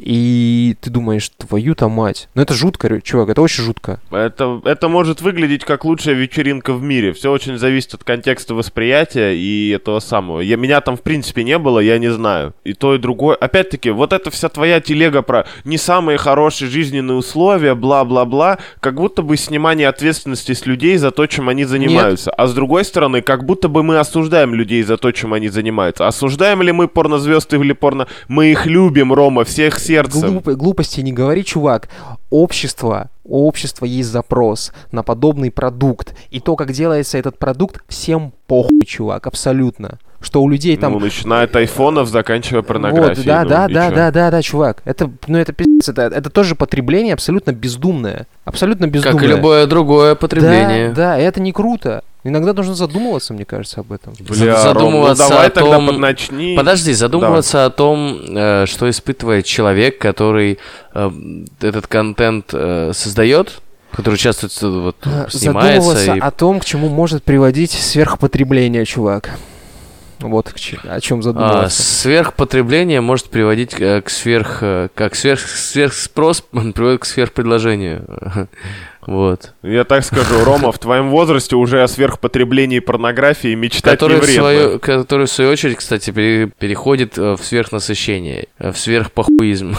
И ты думаешь, твою-то мать. Ну это жутко, чувак, это очень жутко. Это, это может выглядеть как лучшая вечеринка в мире. Все очень зависит от контекста восприятия и этого самого. Я, меня там в принципе не было, я не знаю. И то, и другое. Опять-таки, вот эта вся твоя телега про не самые хорошие жизненные условия, бла-бла-бла, как будто бы снимание ответственности с людей за то, чем они занимаются. Нет. А с другой стороны, как будто бы мы осуждаем людей за то, чем они занимаются. Осуждаем ли мы порнозвезд или порно... Мы их любим, Рома, всех сердцем. Глуп... Глупости не говори, чувак. Общество, у общества есть запрос на подобный продукт. И то, как делается этот продукт, всем похуй, чувак, абсолютно. Что у людей там... Ну, начиная от айфонов, заканчивая порнографией. Вот, да, ну, да, да, чё? да, да, да, чувак. Это, ну, это пиздец. Это, это тоже потребление абсолютно бездумное. Абсолютно бездумное. Как и любое другое потребление. Да, да, это не круто. Иногда нужно задумываться, мне кажется, об этом. Бля, задумываться Ром, ну давай о тогда том... подначни. Подожди, задумываться давай. о том, э, что испытывает человек, который э, этот контент э, создает, который участвует, вот, снимается. Задумываться и... о том, к чему может приводить сверхпотребление, чувак. Вот о чем задумываться. А, сверхпотребление может приводить к сверх... Как сверх, сверхспрос приводит к сверхпредложению. Вот. Я так скажу, Рома, в твоем возрасте уже о сверхпотреблении порнографии мечтать Который не в, вредно. свою, который, в свою очередь, кстати, пере- переходит э, в сверхнасыщение, э, в сверхпохуизм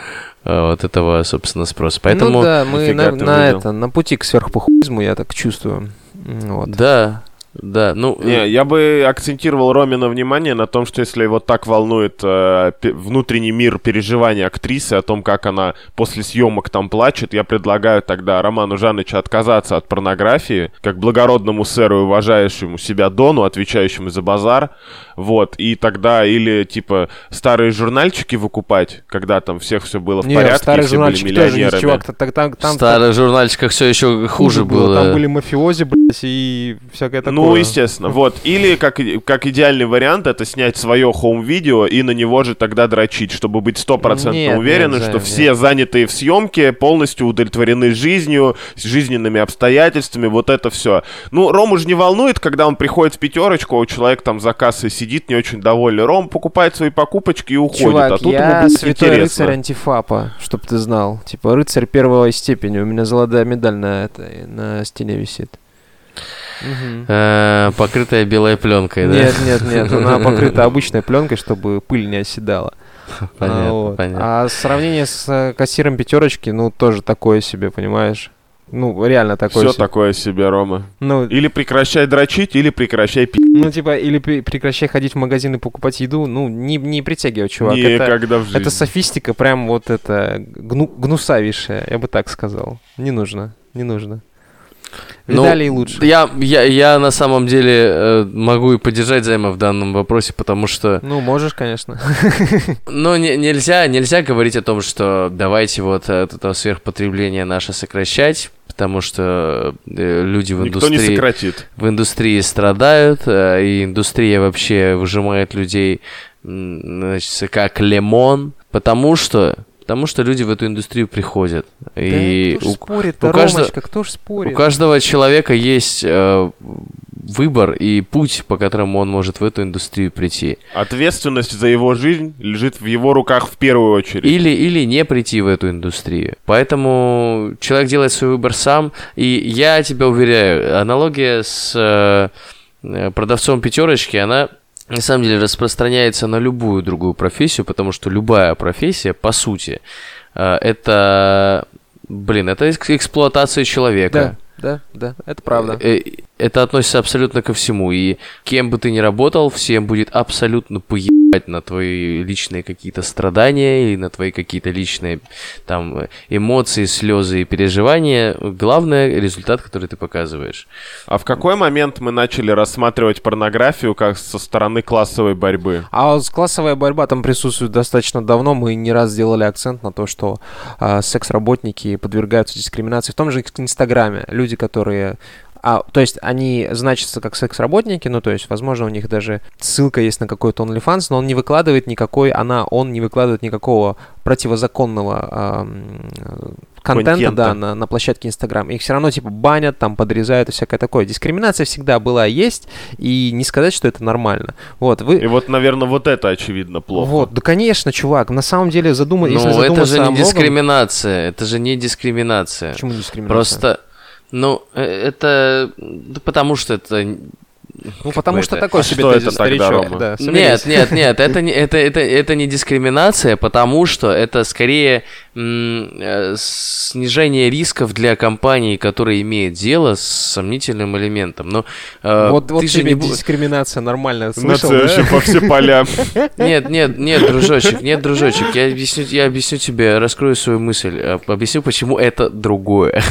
вот этого, собственно, спроса. Поэтому... Ну да, мы Нифига на, ты на увидел. это, на пути к сверхпохуизму, я так чувствую. Вот. Да, да, ну... Не, я бы акцентировал Ромина внимание на том, что если его так волнует э, пе- внутренний мир переживания актрисы, о том, как она после съемок там плачет, я предлагаю тогда Роману Жанычу отказаться от порнографии, как благородному сэру и уважающему себя дону, отвечающему за базар, вот, и тогда или, типа, старые журнальчики выкупать, когда там всех все было в Не, порядке, старые все были журнальчики тоже есть, миллионерами. чувак, там, там, там, в старых журнальчиках все еще хуже было. Там были мафиози, блядь, и всякое такое. Ну, естественно, вот. Или, как, и- как идеальный вариант, это снять свое хоум-видео и на него же тогда дрочить, чтобы быть стопроцентно Нет, уверены, нет, что Займ, все занятые в съемке полностью удовлетворены жизнью, с жизненными обстоятельствами, вот это все. Ну, Рому же не волнует, когда он приходит в пятерочку, а у человека там за кассой сидит не очень довольный. Ром покупает свои покупочки и уходит, Чувак, а тут я ему будет святой интересно. рыцарь антифапа, чтоб ты знал. Типа рыцарь первой степени. У меня золотая медаль на, этой, на стене висит. Мгм. Э, покрытая белой пленкой, да? Нет, нет, нет, она покрыта обычной пленкой, чтобы пыль не оседала. Понятно, А, вот. понятно. А сравнение с э, кассиром пятерочки, ну, тоже такое себе, понимаешь? Ну, реально такое Все себе. такое себе, Рома. Ну, Или прекращай дрочить, или прекращай пить. ну, типа, или пе- прекращай ходить в магазин и покупать еду. Ну, не, не притягивай, чувак. Это, Никогда в жизни. это софистика прям вот это гну, гнусавейшая, я бы так сказал. Не нужно, не нужно. Ну, Видали и лучше. Я, я, я на самом деле э, могу и поддержать Займа в данном вопросе, потому что, Ну, можешь, конечно. ну, не- нельзя, нельзя говорить о том, что давайте вот от этого сверхпотребления наше сокращать, потому что э, люди в Никто не индустрии, сократит. в индустрии страдают, э, и индустрия вообще выжимает людей, м, значит, как лимон, потому что, потому что люди в эту индустрию приходят. И да, кто ж у- спорит-то, у каждого- Ромочка, кто ж спорит? У каждого человека есть э, выбор и путь, по которому он может в эту индустрию прийти. Ответственность за его жизнь лежит в его руках в первую очередь. Или, или не прийти в эту индустрию. Поэтому человек делает свой выбор сам. И я тебя уверяю, аналогия с э, продавцом пятерочки, она на самом деле распространяется на любую другую профессию, потому что любая профессия, по сути, э, это, блин, это экс- эксплуатация человека. Да, да, да, это правда. Э, э, Это относится абсолютно ко всему. И кем бы ты ни работал, всем будет абсолютно поебать на твои личные какие-то страдания или на твои какие-то личные там эмоции, слезы и переживания. Главное — результат, который ты показываешь. А в какой момент мы начали рассматривать порнографию как со стороны классовой борьбы? А вот классовая борьба там присутствует достаточно давно. Мы не раз делали акцент на то, что а, секс-работники подвергаются дискриминации. В том же Инстаграме люди, которые... А, то есть они значатся как секс-работники, ну, то есть, возможно, у них даже ссылка есть на какой-то OnlyFans, но он не выкладывает никакой, она, он не выкладывает никакого противозаконного ам, контента, Контента. да, на, на площадке Инстаграм. Их все равно, типа, банят, там, подрезают и всякое такое. Дискриминация всегда была, есть, и не сказать, что это нормально. Вот, вы... И вот, наверное, вот это, очевидно, плохо. Вот, да, конечно, чувак, на самом деле, задума... если Но это задуматься же о не многом- дискриминация. Это же не дискриминация. Почему не дискриминация? Просто, ну, э, это... Да потому что это... Ну, потому что это- такой А себе что тезис, это тогда, старичок. Рома? Да, Нет, соберись. нет, нет, это не, это, это, это не дискриминация, потому что это скорее м, э, снижение рисков для компании, которая имеет дело с сомнительным элементом. Но э, Вот, вот ты же тебе не бу- дискриминация нормально. Слышал, Нацелующий да? по все поля. Нет, нет, нет, дружочек, нет, дружочек, я объясню, я объясню тебе, раскрою свою мысль, э, объясню, почему это другое.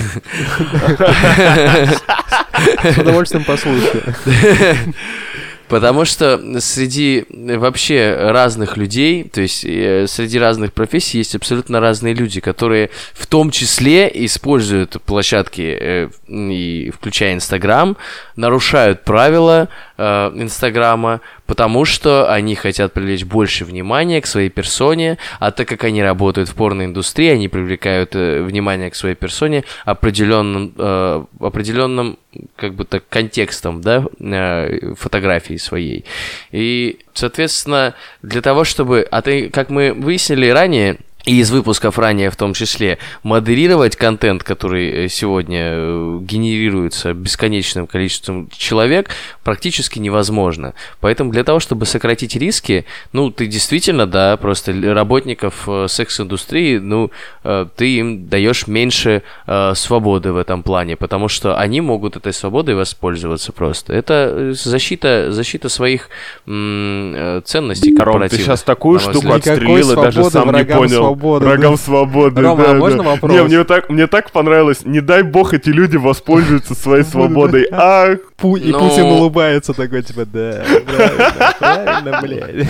С удовольствием послушаю. Потому что среди вообще разных людей, то есть э, среди разных профессий есть абсолютно разные люди, которые в том числе используют площадки, э, и, включая Инстаграм, нарушают правила э, Инстаграма, потому что они хотят привлечь больше внимания к своей персоне, а так как они работают в порноиндустрии, они привлекают э, внимание к своей персоне определенным, э, определенным как бы так контекстом, да, э, фотографии своей. И, соответственно, для того, чтобы... А ты, как мы выяснили ранее, и из выпусков ранее в том числе, модерировать контент, который сегодня генерируется бесконечным количеством человек, практически невозможно. Поэтому для того, чтобы сократить риски, ну, ты действительно, да, просто работников секс-индустрии, ну, ты им даешь меньше э, свободы в этом плане, потому что они могут этой свободой воспользоваться просто. Это защита, защита своих м- ценностей корпоративных. Ром, ты сейчас такую штуку Никакой отстрелил и даже сам не понял. Свободы, Врагам да. свободы. Рома, да, а да. можно вопрос? Не, мне так, мне так понравилось. Не дай бог эти люди воспользуются своей свободой. Ах, Пу- И Ну- Путин улыбается такой, типа, да, правильно, правильно, блядь.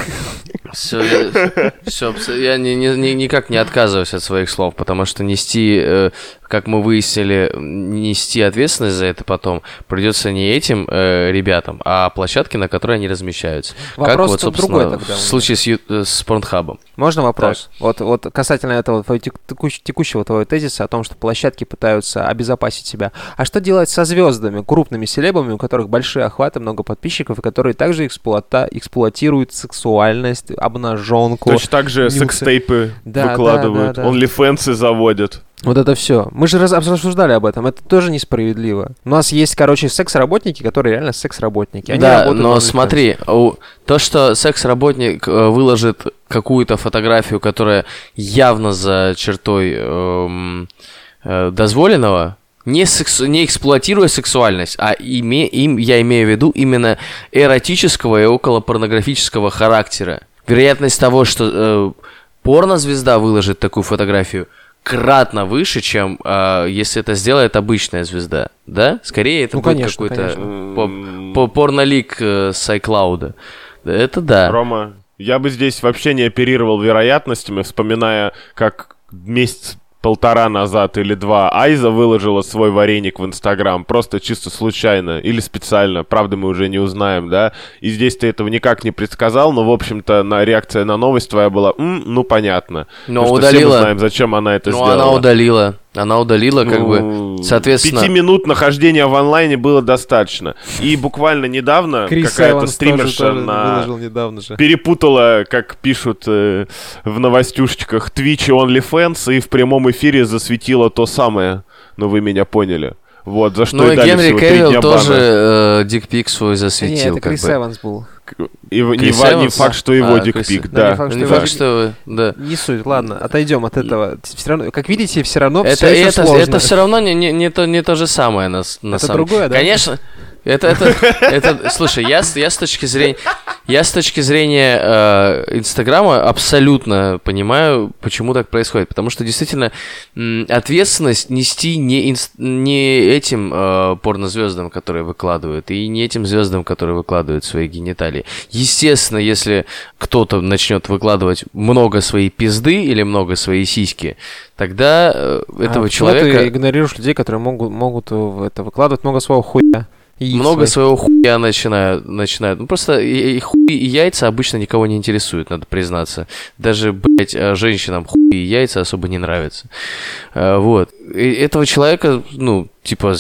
Все, все, я ни- ни- ни- никак не отказываюсь от своих слов, потому что нести, э, как мы выяснили, нести ответственность за это потом придется не этим э, ребятам, а площадке, на которой они размещаются. Как Вопрос вот, тут собственно, другой тогда у в меня. случае с, Ю- э, с Порнхабом. Можно вопрос? Вот, вот касательно этого твоего теку- текущ- текущего твоего тезиса о том, что площадки пытаются обезопасить себя. А что делать со звездами, крупными селебами, у которых большие охваты, много подписчиков, и которые также эксплуата- эксплуатируют сексуальность, обнаженку? точно так же нюцы. секстейпы Да, выкладывают, да, да, да. онлифенсы заводят. Вот это все. Мы же раз- обсуждали об этом. Это тоже несправедливо. У нас есть, короче, секс-работники, которые реально секс-работники. Они Да, работают но на OnlyFans. смотри, у- то, что секс-работник э, выложит какую-то фотографию, которая явно за чертой эм, э, дозволенного, не, сексу- не эксплуатируя сексуальность, а име- им, я имею в виду именно эротического и околопорнографического характера. Вероятность того, что э, порнозвезда выложит такую фотографию, кратно выше, чем э, если это сделает обычная звезда, да? Скорее это Ну, будет конечно, какой-то конечно. по- по- порнолик э, с iCloud. Это да. Рома, я бы здесь вообще не оперировал вероятностями, вспоминая, как месяц полтора назад или два Айза выложила свой вареник в Инстаграм, просто чисто случайно или специально, правда мы уже не узнаем, да, и здесь ты этого никак не предсказал, но, в общем-то, на, реакция на новость твоя была, «М, ну, понятно». Но Потому что удалила. все мы знаем, зачем она это Ну, сделала. она удалила. Она удалила, как Ну, бы, соответственно... Пяти минут нахождения в онлайне было достаточно. И буквально недавно Крис какая-то Эванс стримерша тоже, тоже на... выложил недавно же. перепутала, как пишут э, в новостюшечках, Twitch и OnlyFans, и в прямом эфире засветила то самое. Ну, вы меня поняли. Вот, за что Ну и и дали Генри всего три Кевилл дня тоже бана. э, дикпик свой Не, засветил, это как Крис бы. Эванс был. И, в- не, Крис ва- не Эванс? факт, что его А, дикпик, Крис- Да, да. не факт, Не что факт, вы- что вы... Да. Не суть, ладно, отойдем от этого. Все равно, как видите, все равно Это, все еще это, сложно. это все равно не, не, не, то, не то же самое, на, с- на Это самом другое, да? Конечно, это, это, это, слушай, я, с- я с точки зрения, я с точки зрения э, Инстаграма абсолютно понимаю, почему так происходит, потому что действительно м, ответственность нести не, инс- не этим э, порнозвездам, которые выкладывают, и не этим звездам, которые выкладывают свои гениталии. Естественно, если кто-то начнет выкладывать много своей пизды или много своей сиськи, тогда э, этого А, человека... Ты игнорируешь людей, которые могут, могут в это выкладывать много своего хуя. яиц Много своих. своего хуя начинают, начинают. Ну, просто и, и хуй, и яйца обычно никого не интересуют, надо признаться. Даже, блядь, э, женщинам хуй и яйца особо не нравятся. Э, Вот. И этого человека, ну, типа,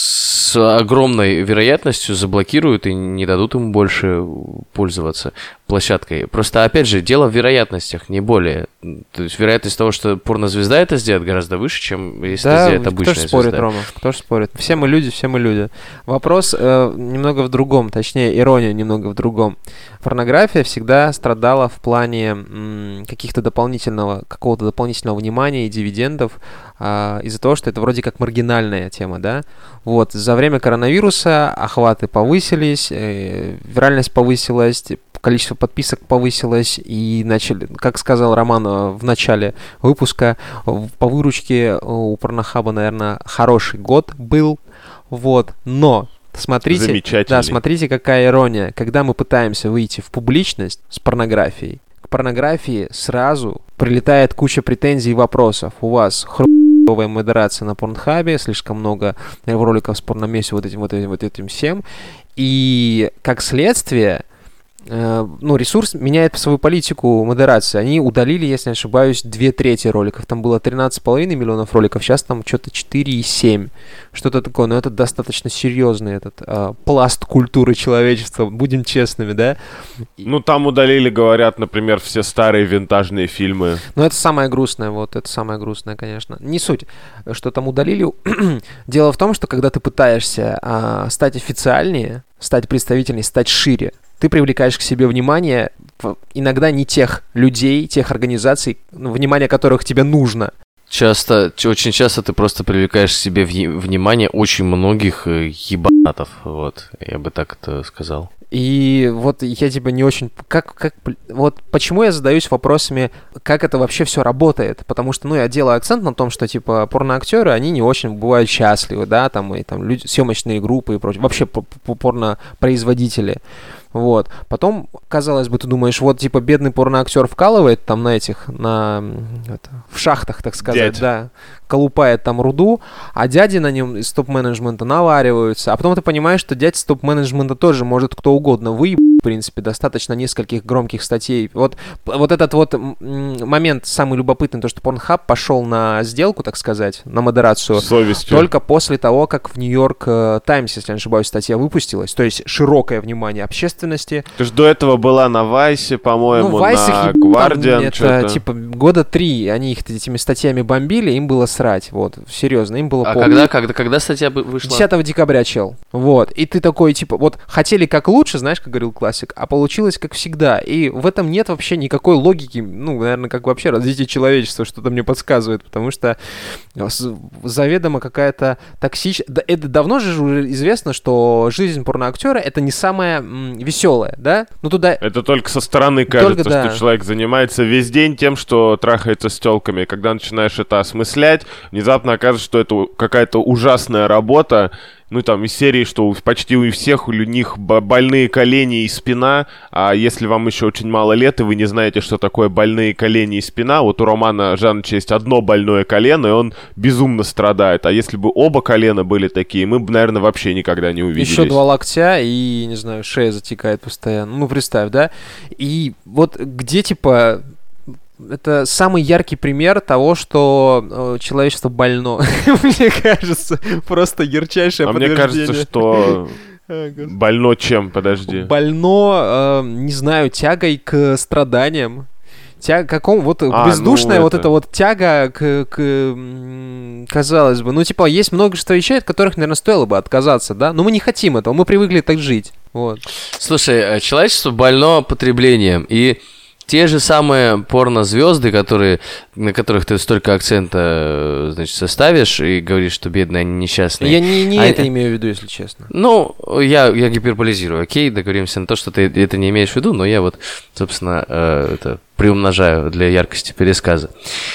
с огромной вероятностью заблокируют и не дадут ему больше пользоваться площадкой. Просто, опять же, дело в вероятностях, не более. То есть вероятность того, что порнозвезда это сделает, гораздо выше, чем если это Да, сделает кто обычная же спорит, звезда. Рома? Кто же спорит? Все мы люди, все мы люди. Вопрос э, немного в другом, точнее, ирония немного в другом. Порнография всегда страдала в плане м, каких-то дополнительного, какого-то дополнительного внимания и дивидендов а, из-за того, что это вроде как маргинальная тема, да? Вот, за время коронавируса охваты повысились, э, виральность повысилась, количество подписок повысилось, и начали, как сказал Роман э, в начале выпуска, в- по выручке у Порнохаба, наверное, хороший год был, вот, но смотрите, Замечательный. да, смотрите, какая ирония, когда мы пытаемся выйти в публичность с порнографией, к порнографии сразу прилетает куча претензий и вопросов. У вас хреновая модерация на Порнхабе, слишком много роликов с порномесью, вот этим, вот этим, вот этим всем, и как следствие э, ну, ресурс меняет свою политику модерации. Они удалили, если не ошибаюсь, две трети роликов. Там было тринадцать с половиной миллионов роликов, сейчас там что-то четыре и семь. Что-то такое. Но это достаточно серьезный этот э, пласт культуры человечества, будем честными, да? Ну, там удалили, говорят, например, все старые винтажные фильмы. Ну, это самое грустное, вот, это самое грустное, конечно. Не суть, что там удалили. Дело в том, что когда ты пытаешься а, стать официальнее, стать представительнее, стать шире, ты привлекаешь к себе внимание иногда не тех людей, тех организаций, внимание которых тебе нужно. Часто, очень часто ты просто привлекаешь к себе внимание очень многих ебанатов, вот, я бы так это сказал. И вот я типа не очень... Как, как, вот почему я задаюсь вопросами, как это вообще все работает? Потому что, ну, я делаю акцент на том, что, типа, порноактеры, они не очень бывают счастливы, да, там, и там люди, съемочные группы и прочее. Вообще порнопроизводители. Вот. Потом, казалось бы, ты думаешь, вот, типа, бедный порноактер вкалывает там на этих, на... Это, в шахтах, так сказать, Дядь. да, колупает там руду, а дяди на нем из топ-менеджмента навариваются. А потом ты понимаешь, что дядь из топ-менеджмента тоже может кто угодно выебать, в принципе, достаточно нескольких громких статей. Вот, вот этот вот м- момент самый любопытный, то, что Pornhub пошел на сделку, так сказать, на модерацию. С совестью. Только после того, как в Нью-Йорк Таймс, если я не ошибаюсь, статья выпустилась. То есть широкое внимание общественности. Ты же до этого была на Вайсе, по-моему, Ну, Vice на их, Guardian, это, что-то. типа, года три они их этими статьями бомбили, им было срать, вот, серьезно, им было А похуй. когда, когда, когда статья бы вышла? десятого декабря, чел. Вот. И ты такой, типа, вот, хотели как лучше, знаешь, как говорил классик, а получилось как всегда. И в этом нет вообще никакой логики, ну, наверное, как вообще развитие человечества, что-то мне подсказывает, потому что заведомо какая-то токсичность... Да, это давно же уже известно, что жизнь порноактера — это не самая м, веселая, да? Ну, туда... Это только со стороны кажется, Только, да. что человек занимается весь день тем, что трахается с тёлками. Когда начинаешь это осмыслять, внезапно оказывается, что это какая-то ужасная работа. Ну, там, из серии, что почти у всех у них больные колени и спина, а если вам еще очень мало лет, и вы не знаете, что такое больные колени и спина, вот у Романа Жаныча есть одно больное колено, и он безумно страдает. А если бы оба колена были такие, мы бы, наверное, вообще никогда не увиделись. Еще два локтя, и, не знаю, шея затекает постоянно. Ну, представь, да? И вот где, типа... Это самый яркий пример того, что э, человечество больно. Мне кажется, просто ярчайшее а подтверждение. мне кажется, что больно чем? Подожди. Больно, э, не знаю, тягой к страданиям. Тяга, каком, вот а, бездушная ну, вот это... эта вот тяга к, к, казалось бы, ну, типа, есть множество вещей, от которых, наверное, стоило бы отказаться, да? Но мы не хотим этого, мы привыкли так жить, вот. Слушай, человечество больно потреблением, и те же самые порнозвезды, которые, на которых ты столько акцента, значит, составишь и говоришь, что бедные, они несчастные. Я не, не а это имею в виду, если честно. Ну, я, я гиперболизирую, окей, договоримся на то, что ты это не имеешь в виду, но я вот, собственно, э, это приумножаю для яркости пересказа.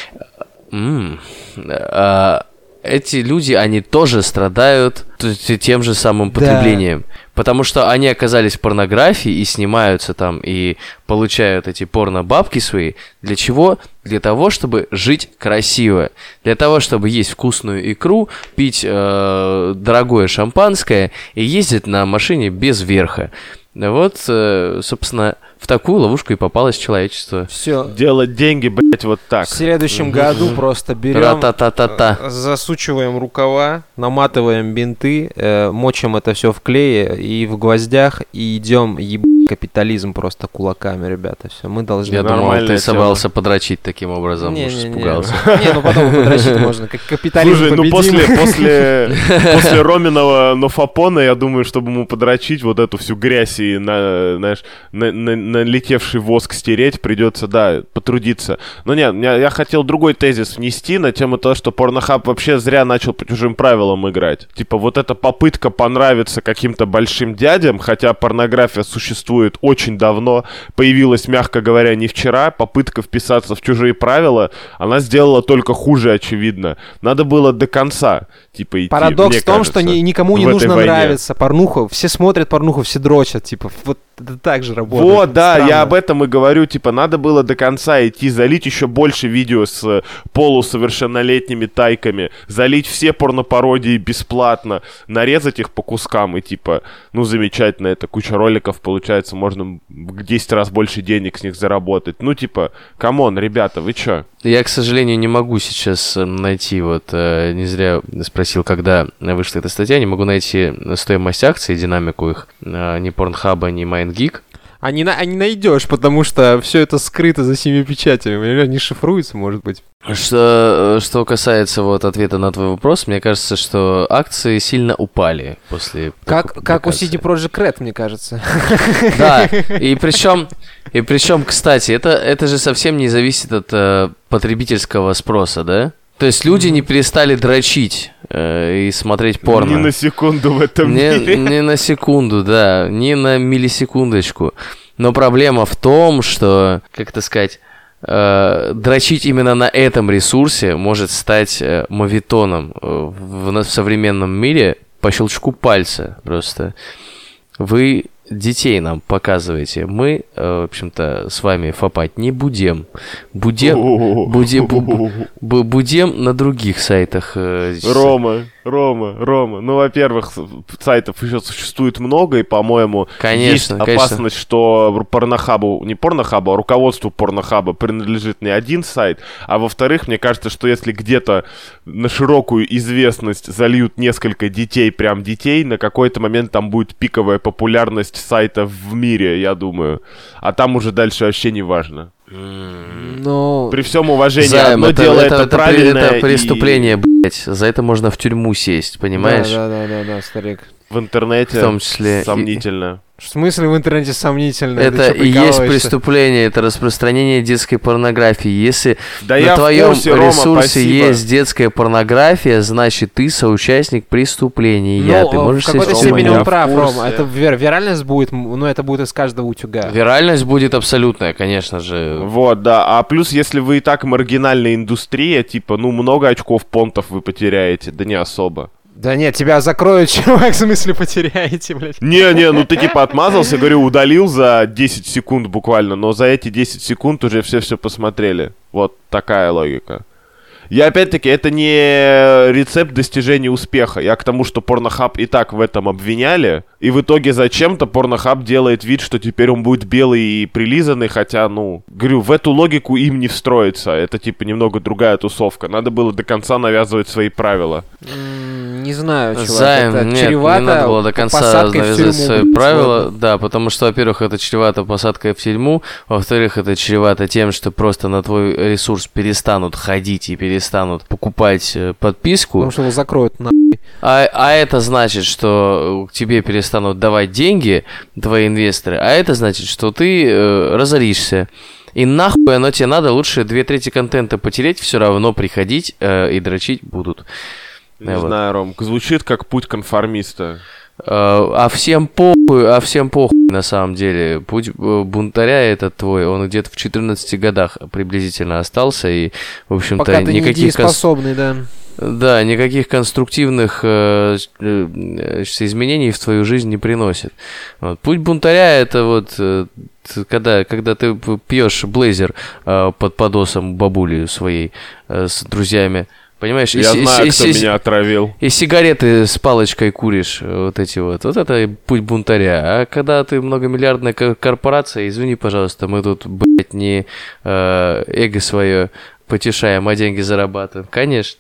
М-м, а, эти люди, они тоже страдают тем же самым потреблением. Да. Потому что они оказались в порнографии и снимаются там, и получают эти порно-бабки свои. Для чего? Для того, чтобы жить красиво. Для того, чтобы есть вкусную икру, пить э, дорогое шампанское и ездить на машине без верха. Вот, э, собственно, в такую ловушку и попалось человечество. Все. Делать деньги, блять, вот так. В следующем году просто берем, Ра-та-та-та-та. засучиваем рукава, наматываем бинты, э, мочим это все в клее и в гвоздях, и идем ебать капитализм просто кулаками, ребята. Все, мы должны... Я думал, ты тема. собрался подрочить таким образом, не, уж не, испугался. Не, не, ну потом подрочить можно, как капитализм Слушай, ну победим. после, после, после Роминого нофапона, я думаю, чтобы ему подрочить, вот эту всю грязь и, на, знаешь, на, на, налетевший воск стереть, придется, да, потрудиться. Но нет, я, я хотел другой тезис внести на тему того, что Pornhub вообще зря начал по чужим правилам играть. Типа вот эта попытка понравиться каким-то большим дядям, хотя порнография существует очень давно, появилась, мягко говоря, не вчера, попытка вписаться в чужие правила, она сделала только хуже, очевидно. Надо было до конца, типа, идти. Парадокс мне в том, кажется, что ни, никому не в нужно этой войне. нравиться порнуху. Все смотрят порнуху, все дрочат, типа, вот это так же работает. Вот, да, Странно. я об этом и говорю, типа, надо было до конца идти, залить еще больше видео с полусовершеннолетними тайками, залить все порнопародии бесплатно, нарезать их по кускам и, типа, ну, замечательно, это куча роликов, получается, можно в десять раз больше денег с них заработать. Ну, типа, камон, ребята, вы чё? Я, к сожалению, не могу сейчас найти, вот, э, не зря спросил, когда вышла эта статья, не могу найти стоимость акций, динамику их, э, ни Порнхаба, ни MindGeek. А не, на, а не найдешь, потому что все это скрыто за семи печатями. Не шифруется, может быть. Что, что касается вот ответа на твой вопрос, мне кажется, что акции сильно упали после Как, как у си ди публикации. Projekt Red, мне кажется. Да, и причем, и причем, кстати, это, это же совсем не зависит от э, потребительского спроса, да? То есть люди не перестали дрочить э, и смотреть порно. Ни на секунду в этом Не, мире. не на секунду, да, не на миллисекундочку. Но проблема в том, что, как это сказать, э, дрочить именно на этом ресурсе может стать э, моветоном э, в, в современном мире по щелчку пальца просто. Вы детей нам показываете. Мы, э, в общем-то, с вами фапать не будем. Будем, будем, бу- бу- будем на других сайтах. э, Рома, Рома, Рома. Ну, во-первых, сайтов еще существует много, и, по-моему, Конечно, есть конечно. опасность, что порнохабу, не порнохабу, а руководству порнохаба принадлежит не один сайт, а во-вторых, мне кажется, что если где-то на широкую известность зальют несколько детей, прям детей, на какой-то момент там будет пиковая популярность сайта в мире, я думаю. А там уже дальше вообще не важно. Но... При всем уважении, Займ, одно дело это, это, при- правильное это и преступление, блядь. За это можно в тюрьму сесть, понимаешь? Да, да, да, да, да, старик. в интернете В том числе и- сомнительно. В смысле в интернете сомнительно? Это Ты чё, и есть прикалываешься? преступление, это распространение детской порнографии. Если Да на я в твоем курсе, Рома, ресурсе спасибо. есть детская порнография, значит ты соучастник преступления. Ну, ты э, можешь в какой-то сесть в Рома, степени тюрьму. я он в прав, курсе. Рома. Это вир- виральность будет, м, ну, это будет из каждого утюга. Виральность будет абсолютная, конечно же. Вот, да. А плюс, если вы и так маргинальная индустрия, типа, ну, много очков понтов вы потеряете. Да не особо. Да нет, тебя закроют, чувак, в смысле потеряете, блядь. Не-не, ну ты типа отмазался, говорю, удалил за десять секунд буквально, но за эти десять секунд уже все-все посмотрели. Вот такая логика. Я опять-таки, это не рецепт достижения успеха. Я к тому, что Pornhub и так в этом обвиняли. И в итоге зачем-то Pornhub делает вид, что теперь он будет белый и прилизанный. Хотя, ну, говорю, в эту логику им не встроиться. Это типа немного другая тусовка. Надо было до конца навязывать свои правила. М, Не знаю, чувак, Займ, это нет, чревато не надо было до конца посадкой в навязывать тюрьму, свои блядь, правила. вот. Да, потому что, во-первых, это чревато посадкой в тюрьму. Во-вторых, это чревато тем, что просто на твой ресурс перестанут ходить и перестанут покупать э, подписку. Потому что его закроют на... А, а это значит, что к тебе перестанут давать деньги твои инвесторы, а это значит, что ты э, разоришься. И нахуй оно тебе надо, лучше две трети контента потереть, все равно приходить э, и дрочить будут. Не Э, вот. знаю, Ром, звучит как путь конформиста. Э, а всем похуй, а всем похуй на самом деле. Путь э, бунтаря этот твой, он где-то в четырнадцати годах приблизительно остался, и, в общем-то, Пока ты никаких... кон- недееспособный, да. Да, никаких конструктивных э, э, изменений в твою жизнь не приносит. Вот. Путь бунтаря это вот э, т- когда, когда ты пьешь блейзер э, под подосом бабули своей э, с друзьями. Понимаешь? Я и, знаю, и, кто и, меня отравил. и сигареты с палочкой куришь, э, вот эти вот. Вот это путь бунтаря. А когда ты многомиллиардная ко- корпорация, извини, пожалуйста, мы тут, блядь, не э, эго свое потешаем, а деньги зарабатываем. Конечно.